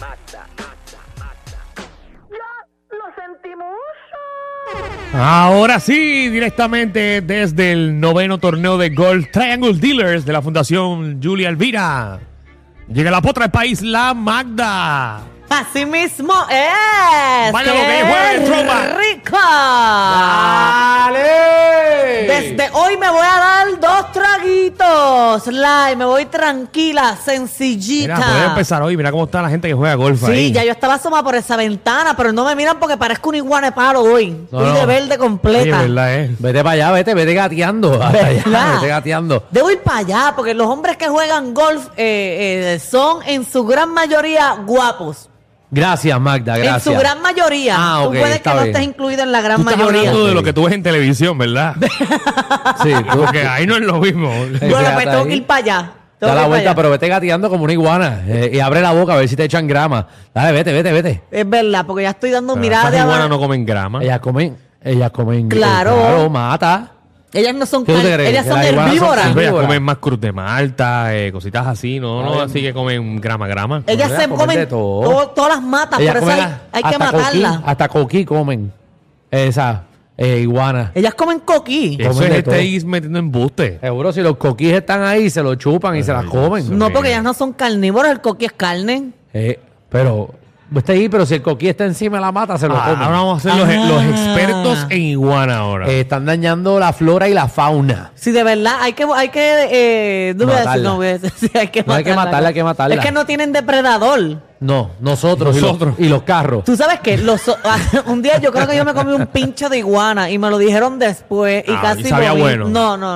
Ahora sí, directamente desde el 9º torneo de golf Triangle Dealers de la Fundación Julia Elvira. Llega la potra del país, la Magda. Así mismo es. Vaya lo que juega el throwback. ¡Rico! ¡Dale! Desde hoy me voy a dar 2 traguitos. Me voy tranquila, sencillita. Mira, puede empezar hoy. Mira cómo está la gente que juega golf ahí. Sí, ya yo estaba asomada por esa ventana, pero no me miran porque parezco un iguana de palo hoy. Estoy de verde completa. Oye, ¿verdad, Vete para allá, vete gateando. Vete gateando. Debo ir para allá porque los hombres que juegan golf son en su gran mayoría guapos. Gracias, Magda, gracias. En su gran mayoría. Ok, tú puedes que no estés incluido en la gran Tú estás mayoría. hablando de lo que tú ves en televisión, ¿verdad? Sí, Porque ahí no es lo mismo. Bueno, pues tengo que ir para allá. Da la vuelta, pero vete gateando como una iguana. Y abre la boca a ver si te echan grama. Dale, vete. Es verdad, porque ya estoy dando Pero miradas esas de iguanas abajo. no comen grama. Ellas comen. Claro. Mata. Ellas no son ¿Qué tú te crees? ellas Que son las iguanas son herbívoras. Ellas herbívoras. comen más cruz de Malta, cositas así, no así que comen grama. Ellas se comen de comen todo. todas las matas, Ellas por eso comen hay que hasta matarlas. coquí, hasta coquí comen. Esa iguana. Ellas comen coquí. Eso Comen es de todo. metiendo embuste. Seguro si los coquís están ahí, se los chupan y se las comen. No, porque ellas no son carnívoras, el coquí es carne. Pero si el coquí está encima de la mata, se lo comen. Ahora vamos a ser los expertos en iguana ahora. Están dañando la flora y la fauna. Sí, de verdad, hay que no voy a decir, no voy a decir, sí, hay que No, hay que matarla, hay que matarla. Es que no tienen depredador. No, nosotros. Nosotros. Y los carros. Tú sabes que un día yo creo que yo me comí un pincho de iguana y me lo dijeron después y casi y sabía morí. bueno.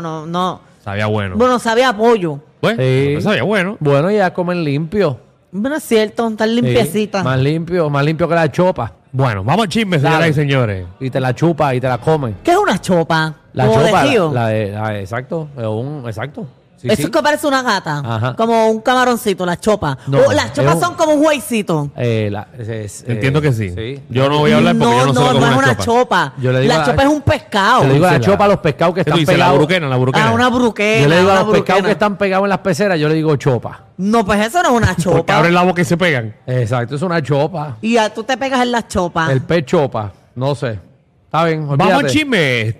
No. Sabía bueno. Bueno, sabía a pollo. Bueno, Sí. pero sabía bueno. Bueno, ya comen limpio. Bueno, es cierto, tan limpiecita. Sí, más limpio que la chopa. Bueno, vamos al chisme, señoras Dale. y señores. Y te la chupa y te la comen. ¿Qué es una chopa? La Como chopa, de río. exacto. Exacto. Sí, Eso sí. es que parece una gata. Ajá. Como un camaroncito, la chopa. No, Las chopas es un- son como un jueguecito. Entiendo que sí. Sí. Yo no voy a hablar porque yo no sé lo que no es es una una chopa. chopa. Yo le digo La chopa es un pescado. Yo le digo a la Dice la- chopa a los pescados que ¿Qué tú están dices? La pegados. bruquena. Una bruquena. Yo le digo a una los pescados bruquena. que están pegados en las peceras, yo le digo chopa. No, pues eso no es una Porque chopa. abren la boca y se pegan. Exacto, es una chopa. Y tú te pegas en la chopa. El pez chopa. No sé. Está bien, olvídate. Vamos al chisme.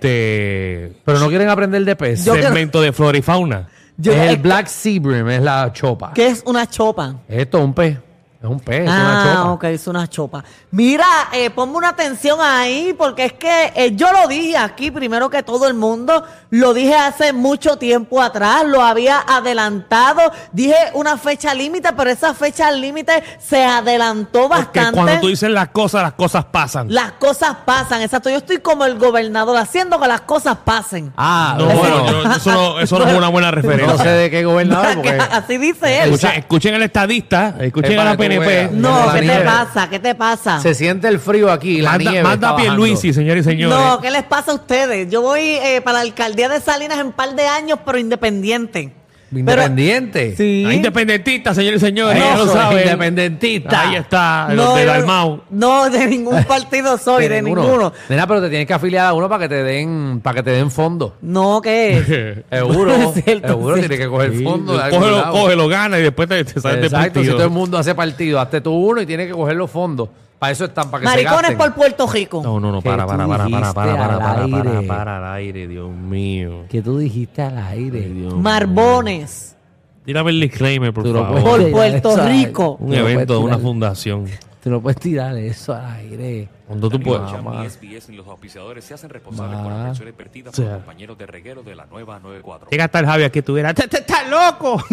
Pero no quieren aprender de pez. Yo Segmento de flora y fauna. Yo- es el es- Black Sea Bream, es la chopa. ¿Qué es una chopa? Esto es un pez. Es un pez, es una chopa. Ok, es una chopa. Mira, ponme una atención ahí, porque es que yo lo dije aquí primero que todo el mundo, lo dije hace mucho tiempo atrás, lo había adelantado, dije una fecha límite, pero esa fecha límite se adelantó Porque bastante. cuando tú dices las cosas pasan. Las cosas pasan, exacto. Yo estoy como el gobernador haciendo que las cosas pasen. Ah, No, bueno, eso no es una buena referencia. No sé de qué gobernador, porque Así dice él. Escuchen al estadista, escuchen a la para que tú PNP. veas. No, la ¿qué te nieve. pasa? ¿Qué te pasa? se siente el frío aquí, la nieve Manda está a Pierluisi, bajando. señores y señores. No, ¿qué les pasa a ustedes? Yo voy para la alcaldía de Salinas en un par de años, pero independiente. Independiente. Sí. Ah, independentista, señores y señores. No, ya lo soy saben. independentista. Ahí está, los de yo- Dalmau. No, de ningún partido soy, de ninguno. Nena, pero te tienes que afiliar a uno para que te den fondos. No, ¿qué? Seguro, Es cierto, seguro sí. tienes que coger Sí, fondos. de algún cógelo, lado. cógelo, gana y después te sales del Exacto, si partido. todo el mundo hace partido, hazte tú uno y tienes que coger los fondos. Para eso están, para que se Maricones gasten. por Puerto Rico. No, ¿Qué para, tú dijiste al aire? para al aire, Dios mío. ¿Qué tú dijiste al aire? Marbones. Tírame el disclaimer, por Tú no favor. Por puedes tirar Puerto eso al aire. Rico. Un Tú no evento de puedes una tirar- fundación. Tú no puedes tirar eso al aire. Cuando tú puedes. Mamá. Y SBS ni los auspiciadores se hacen responsables por las versiones vertidas O sea. por los compañeros de reguero de la nueva 94. Llega hasta el Javi aquí, estuviera. ¡Estás loco!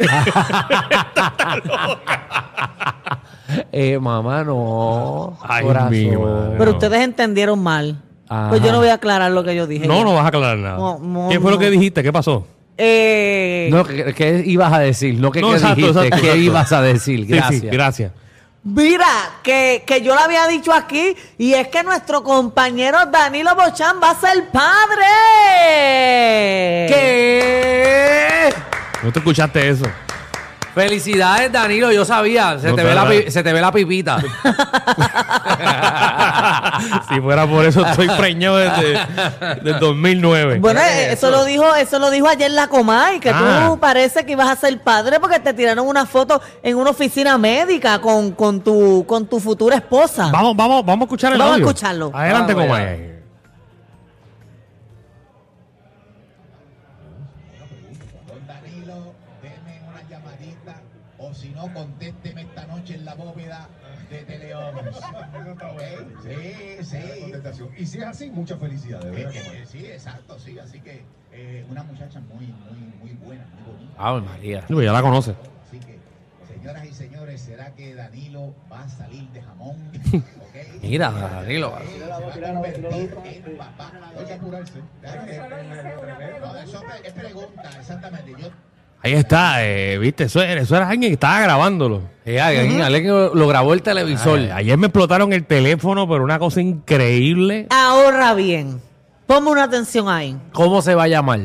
Mamá, no. Ay, Corazón. mi madre. Pero No. ustedes entendieron mal. Ajá. Pues yo no voy a aclarar lo que yo dije. No, ya. no vas a aclarar nada. No, ¿Qué fue lo no. que dijiste? ¿Qué pasó? No, ¿qué ibas a decir? No, ¿qué Exacto, dijiste? exacto, ¿Qué exacto. ibas a decir? Sí, Gracias. sí, gracias. Mira, que yo lo había dicho aquí, y es que nuestro compañero Danilo Bochán va a ser padre. ¿Qué? ¿No te escuchaste eso? Felicidades, Danilo, yo sabía. Se, No, te, pero ve la- se te ve la pipita. Si fuera por eso, estoy preñado desde 2009. Bueno, eso lo dijo ayer la Comay, que tú parece que ibas a ser padre porque te tiraron una foto en una oficina médica con tu futura esposa. Vamos a escuchar el Vamos a audio. escucharlo. Adelante, Vamos Comay. allá. Don Danilo, deme una llamadita o si no, contésteme esta noche en la bóveda de Teleón. Sí. Y si es así, mucha felicidad, de verdad. Sí, exacto, sí. Así que una muchacha muy buena, muy bonita. Ave María. Ya la conoce. Así que, señoras y señores, ¿será que Danilo va a salir de jamón? ¿Okay? Mira, Danilo. Se va a convertir en papá. Hay que apurarse. No, eso es pregunta, exactamente. Ahí está, viste, eso era alguien que estaba grabándolo. Alguien lo grabó el televisor. Ayer me explotaron el teléfono, pero una cosa increíble. Ahora bien, ponme una atención ahí. ¿Cómo se va a llamar?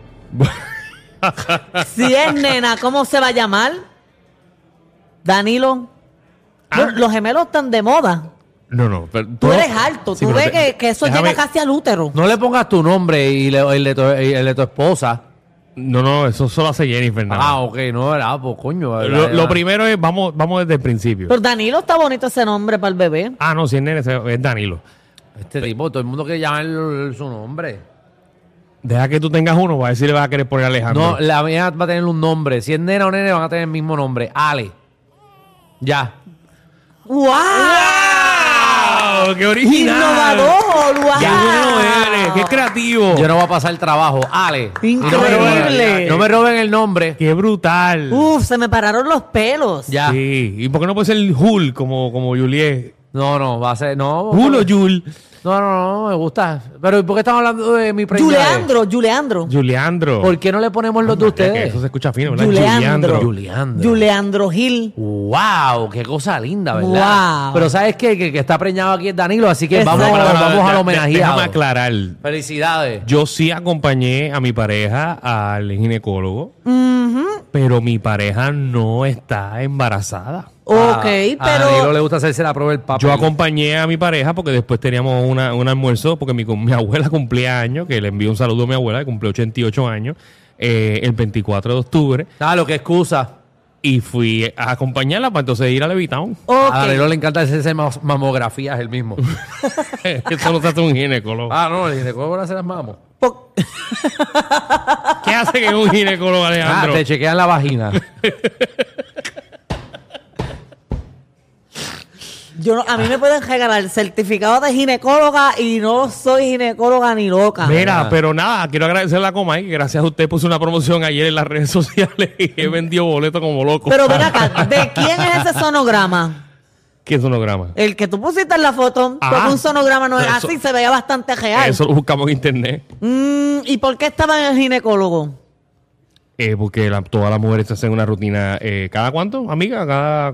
Si es nena, ¿cómo se va a llamar? Danilo. Bueno, los gemelos están de moda. No, pero Tú eres alto, Sí, tú pero ves que eso déjame- llega casi al útero. No le pongas tu nombre y el de tu esposa. No, eso solo hace Jennifer. nada más. Ok, no, pues coño. Lo primero es, vamos desde el principio. Pero Danilo está bonito ese nombre para el bebé. No, si es nene, es Danilo. Este tipo, todo el mundo quiere llamar su nombre. Deja que tú tengas uno, para ver si le vas a querer poner Alejandro. No, la mía va a tener un nombre. Si es nena o nene, van a tener el mismo nombre. Ale. Ya. ¡Wow! ¡Wow! ¡Qué original! ¡Innovador! ¡Wow! ¡Qué bueno eres! ¡Qué creativo! Yo no voy a pasar trabajo. Ale. Increíble. No me roben el nombre. ¡Qué brutal! Uf, se me pararon los pelos. Ya. Sí. ¿Y por qué no puede ser Jul como Juliet? No, va a ser. No. ¿Jul o Jul? No, me gusta. Pero ¿por qué estamos hablando de mi preñada? Juliandro. Juliandro. ¿Por qué no le ponemos los de Que ustedes? eso se escucha fino, ¿verdad? Juliandro. Juliandro Gil. ¡Wow! ¡Qué cosa linda, ¿verdad? Wow. Pero ¿sabes qué? Que está preñado aquí es Danilo, así que Exacto. vamos al Déjame homenajeado. aclarar. Felicidades. Yo sí acompañé a mi pareja al ginecólogo, pero mi pareja no está embarazada. Ok, A Danilo pero... le gusta hacerse la prueba del papel. Yo acompañé a mi pareja porque después teníamos un almuerzo, porque mi abuela cumplía años, que le envío un saludo a mi abuela, que cumplió 88 años, el 24 de octubre, Lo que excusa. y fui a acompañarla para entonces ir a Levitown. Ok. A Danilo le encanta hacerse mamografías él mismo. Eso no se hace un ginecólogo. No, el ginecólogo no hace las mamos. Po- ¿Qué hace que un ginecólogo, Alejandro? Te chequean la vagina. a mí me pueden regalar el certificado de ginecóloga y no soy ginecóloga ni loca. Mira, pero nada, quiero agradecerle a Comay, que gracias a usted puso una promoción ayer en las redes sociales y he vendido boletos como loco. Pero ven acá, ¿de quién es ese sonograma? ¿Qué sonograma? El que tú pusiste en la foto, porque un sonograma no es Eso- así, se veía bastante real. Eso lo buscamos en internet. ¿Y por qué estaba en el ginecólogo? Porque todas las mujeres hacen una rutina. ¿Cada cuánto, amiga? Cada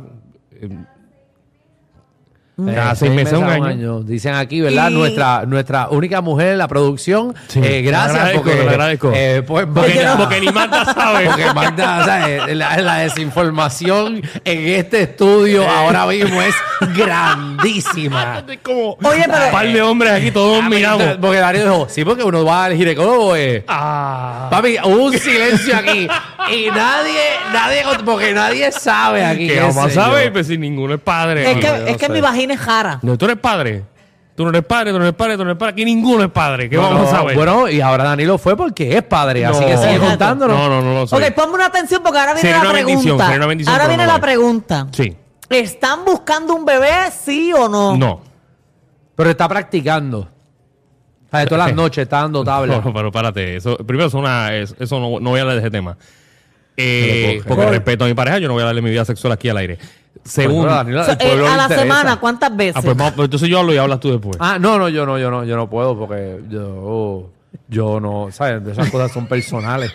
6 meses, un año. Dicen aquí, ¿verdad? Y- Nuestra única mujer en la producción. Sí. Gracias, Te porque, agradezco. pues, Porque ni Marta sabe. Porque Magda, ¿sabes? La desinformación en este estudio ahora mismo es grandísima. Es como Oye, pero- un par de hombres aquí, todos miramos. Porque Darío dijo, sí, porque uno va al ginecólogo. Papi, hubo un silencio aquí. Y nadie, porque nadie sabe aquí. ¿Qué qué vamos a sé yo. saber? Pues si ninguno es padre. Es que mi vagina es jara. No, tú eres padre. Tú no eres padre, tú no eres padre, tú no eres padre. Aquí ninguno es padre. ¿Qué vamos a saber? Bueno, y ahora Danilo fue porque es padre, así No. que sigue Exacto. contándonos. No lo sé. Ok, ponme una atención porque ahora viene Sería la una bendición, pregunta. sería una bendición, Ahora pero viene no la lo es. pregunta. Sí. ¿Están buscando un bebé, sí o no? No. Pero está practicando. O sea, todas las noches está dando tabla. No, pero párate. Primero, eso no voy a hablar de ese tema. Pero, Porque respeto a mi pareja, yo no voy a darle mi vida sexual aquí al aire. Segundo. Bueno, Danilo, O sea, el pueblo a le la interesa. semana, ¿cuántas veces? Pues entonces yo hablo y hablas tú después. No, yo no puedo porque yo no, ¿sabes? Esas cosas son personales.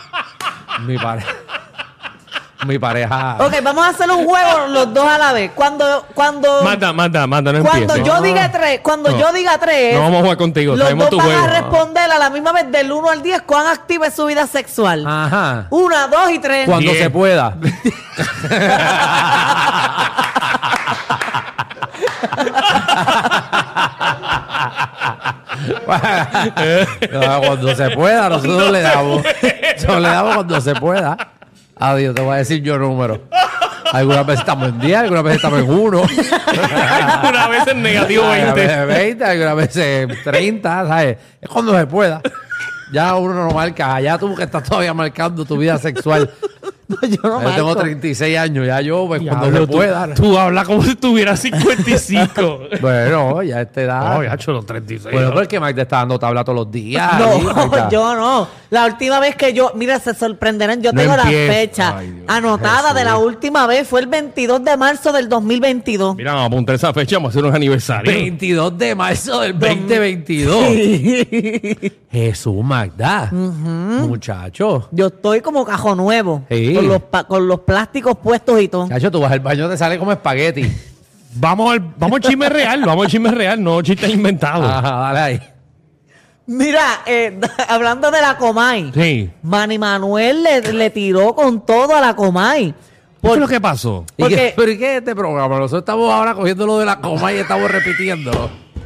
Mi pareja. Ok, vamos a hacer un juego los dos a la vez. Cuando Manda, no cuando empieces. yo diga tres, No. yo diga tres, No vamos a jugar contigo, los traemos dos tu van juego. a responder a la misma vez del 1 al 10 cuán activa es su vida sexual. Ajá. 1, 2 y 3. Cuando Bien. se pueda. No, cuando se pueda, nosotros le damos. Nosotros le damos cuando se pueda. Adiós, te voy a decir yo número. Algunas veces estamos en 10, algunas veces estamos en 1. Una vez en negativo 20. 20, algunas veces 30, ¿sabes? Es cuando se pueda. Ya uno no marca. Ya tú que estás todavía marcando tu vida sexual. Yo no Yo tengo marco. 36 años, ya yo, pues, cuando Diablo, se pueda. Tú hablas como si tuvieras 55. Bueno, ya a esta edad. No, ya hecho los 36. Bueno, porque Mike te está dando tabla todos los días. No, ahí, Magda. yo no. La última vez que yo, mira, se sorprenderán, yo No tengo la empieces. fecha Ay, Dios. anotada de la última vez, fue el 22 de marzo del 2022. Mira, vamos a apuntar esa fecha, vamos a hacer unos aniversarios. 22 de marzo del 2022. Jesús, Magda. Muchacho. Yo estoy como cajo nuevo, Sí. con los plásticos puestos y todo. Muchacho, tú vas al baño, te sale como espagueti. Vamos al chisme real, no chistes inventados. Ajá, dale ahí. Mira, hablando de la Comay, Sí. Manny Manuel le tiró con todo a la Comay. ¿Qué fue lo que pasó? ¿Y Porque- qué, pero ¿y qué es este programa? Nosotros estamos ahora cogiendo lo de la coma y estamos repitiéndolo.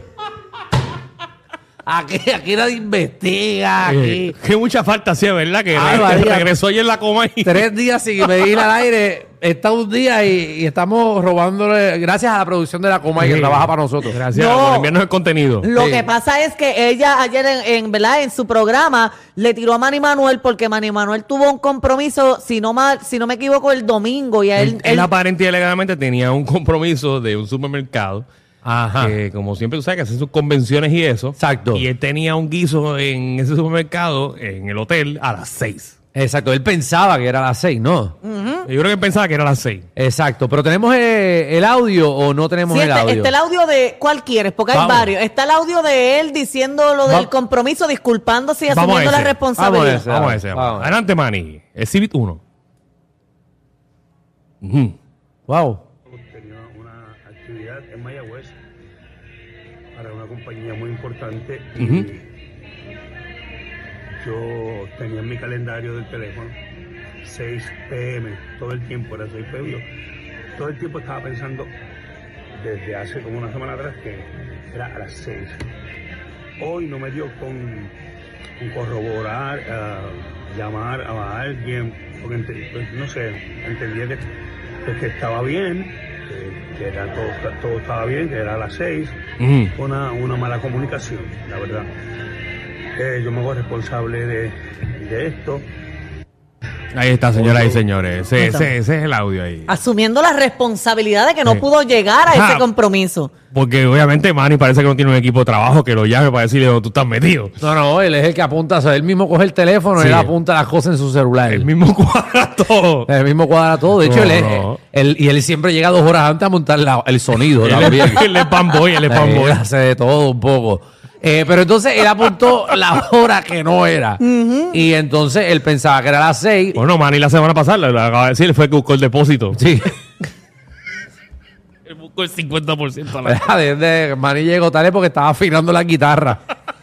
Aquí nadie investiga. Aquí. Que mucha falta hacía, ¿verdad? Que Ay, María. regresó ayer en la coma y... 3 días sin medir al aire. Está un día y estamos robándole, gracias a la producción de la coma y que Sí. trabaja para nosotros. Gracias No. por enviarnos el contenido. Lo Sí. que pasa es que ella ayer ¿verdad? En su programa le tiró a Manny Manuel porque Manny Manuel tuvo un compromiso, si no me equivoco, el domingo y a Él aparente y alegadamente tenía un compromiso de un supermercado. Ajá. Que como siempre tú sabes que hacen sus convenciones y eso. Exacto. Y él tenía un guiso en ese supermercado, en el hotel, a las 6. Exacto, él pensaba que era a las 6, ¿no? Yo creo que él pensaba que era a las 6. Exacto, pero ¿tenemos el audio o no tenemos Sí, el audio? está el audio de ¿cuál quieres? Porque hay Vamos. varios. Está el audio de él diciendo lo del Va- compromiso, disculpándose y Vamos a asumiendo la ese. responsabilidad. ese. Vamos a ese. Vamos. Adelante, Manny. Exhibit 1. Wow. Tenía una actividad en Mayagüez para una compañía muy importante y yo tenía en mi calendario del teléfono 6 p.m. todo el tiempo, era 6 p.m. Yo todo el tiempo estaba pensando desde hace como una semana atrás que era a las 6. Hoy no me dio con corroborar, llamar a alguien, porque pues, no sé, entendía que estaba bien, que era todo estaba bien, que era a las 6. Una mala comunicación, la verdad. Yo me hago responsable de esto. Ahí está, señoras y señores. Ese es el audio ahí. Asumiendo la responsabilidad de que no Sí. pudo llegar a Ajá. ese compromiso. Porque obviamente Manny parece que no tiene un equipo de trabajo que lo llame para decirle dónde tú estás metido. No, él es el que apunta, o sea, él mismo coge el teléfono Sí. y él apunta las cosas en su celular. El mismo cuadra todo. El mismo cuadra todo. De hecho, No. él siempre llega 2 horas antes a montar el sonido también. Él es fanboy, él es fanboy. Él hace de todo un poco. Pero entonces él apuntó la hora que no era. Y entonces él pensaba que era las 6. Bueno, Manny la semana pasada, le acaba de decir, fue que buscó el depósito. Sí. Él buscó el 50% a la... Desde Manny llegó tarde porque estaba afinando la guitarra.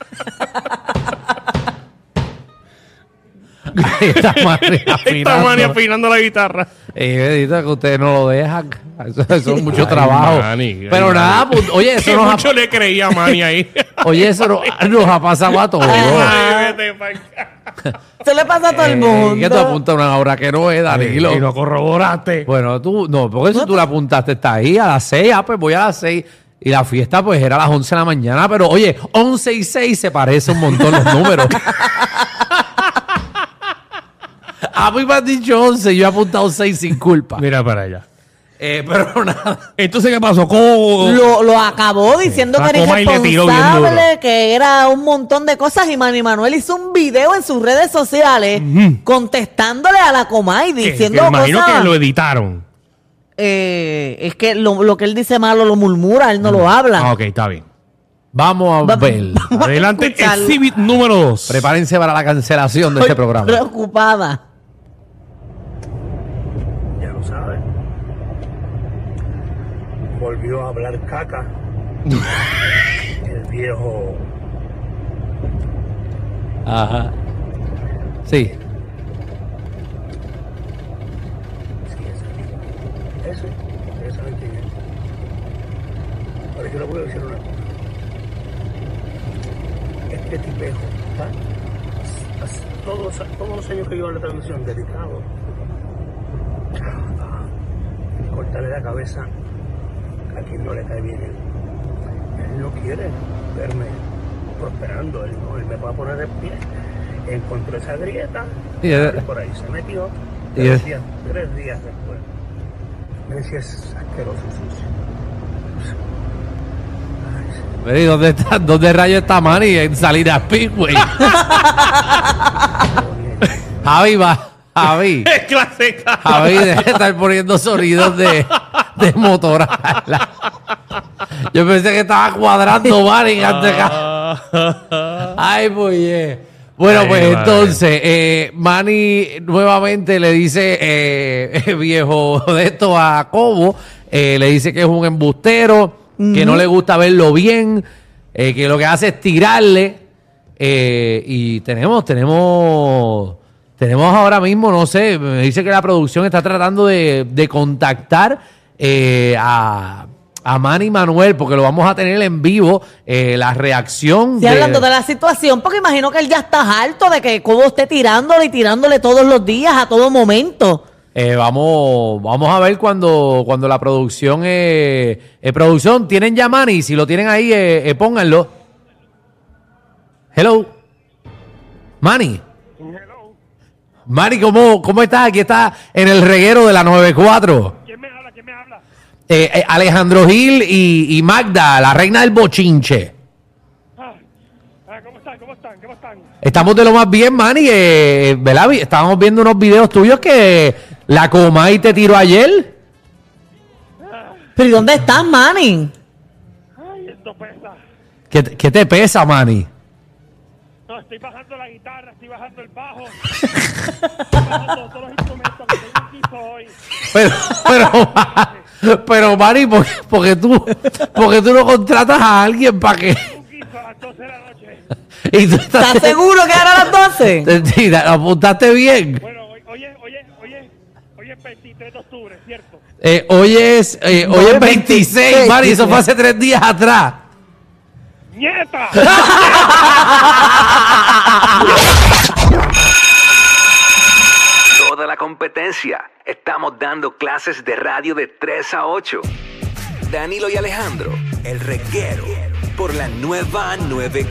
Ahí está Manny Está afinando. Manny afinando la guitarra. Bendito que ustedes no lo dejan. Eso es mucho Ay, trabajo. Manny, Pero ay, nada, Manny. pues, oye, eso Que nos mucho le creía a Manny ahí. Oye, eso nos ha pasado a todos. Ay, vete pa'l ca- Eso le pasa a todo el mundo. Que tú apuntas una hora que no es, Danilo. Y lo corroboraste. Bueno, tú, no, porque si tú la apuntaste, está ahí a las 6, pues voy a las 6. Y la fiesta, pues, era a las 11 de la mañana. Pero, oye, 11 y 6 se parece un montón los números. A mí me han dicho 11 y yo he apuntado 6 sin culpa. Mira para allá. Pero nada. Entonces, ¿qué pasó? ¿Cómo? Lo acabó diciendo La que era Comay le tiró bien duro. irresponsable, que era un montón de cosas. Y Manny Manuel hizo un video en sus redes sociales contestándole a la Comay, diciendo me imagino cosas. que lo editaron. Es que lo que él dice malo lo murmura, él no lo habla. Ah, ok, está bien. Vamos a ver. Vamos a Adelante, escucharlo. Exhibit número 2. Prepárense para la cancelación de Estoy este programa. preocupada. Ya lo sabes. Volvió a hablar caca. El viejo. Ajá. Sí. Sí, ese tipo. Ese. Ustedes saben quién es. yo le voy a decir una cosa. Este tipejo está todos los años que lleva en la televisión dedicado a cortarle la cabeza a quien no le cae bien. Él no quiere verme prosperando, él me va a poner de pie. Encontró esa grieta y por ahí se metió 3 días después. Me decía, es asqueroso, sucio. ¿Y dónde rayos está Manny? En Salinas Speedway. Javi. Es clásica. Javi, deja de estar poniendo sonidos de motor. Yo pensé que estaba cuadrando Manny antes de... Ay, pues. Bueno, Ay, pues madre. entonces, Manny nuevamente le dice, viejo de esto a Cobo, le dice que es un embustero, que no le gusta verlo bien, que lo que hace es tirarle, y tenemos ahora mismo, no sé, me dice que la producción está tratando de contactar a Manny Manuel, porque lo vamos a tener en vivo, la reacción Sí, hablando de la situación, porque imagino que él ya está harto de que Cobo esté tirándole y tirándole todos los días, a todo momento. Vamos a ver cuando la producción... producción, ¿tienen ya Manny? Si lo tienen ahí, pónganlo. Hello. Manny. Manny, ¿cómo estás? Aquí está en el reguero de la 94. ¿Quién me habla? Alejandro Gil y Magda, la reina del bochinche. ¿Cómo están? Estamos de lo más bien, Manny. ¿Verdad? Estábamos viendo unos videos tuyos que la Comay te tiró ayer. ¿Pero y dónde estás, Manny? Ay, esto pesa. ¿Qué te pesa, Manny? No, estoy bajando la guitarra, estoy bajando el bajo. Estoy bajando todos los instrumentos que tengo aquí hoy. Pero Manny, porque tú no contratas a alguien para que... Un guiso a las 12 de la noche. Y tú ¿Estás seguro que era a las 12? Sí, apuntaste bien. Bueno, hoy es 23 de octubre, ¿cierto? Hoy es 26, Manny, eso fue hace 3 días atrás. ¡Nieta! Toda la competencia. Estamos dando clases de radio de 3 a 8. Danilo y Alejandro, el reguero, por la nueva 9.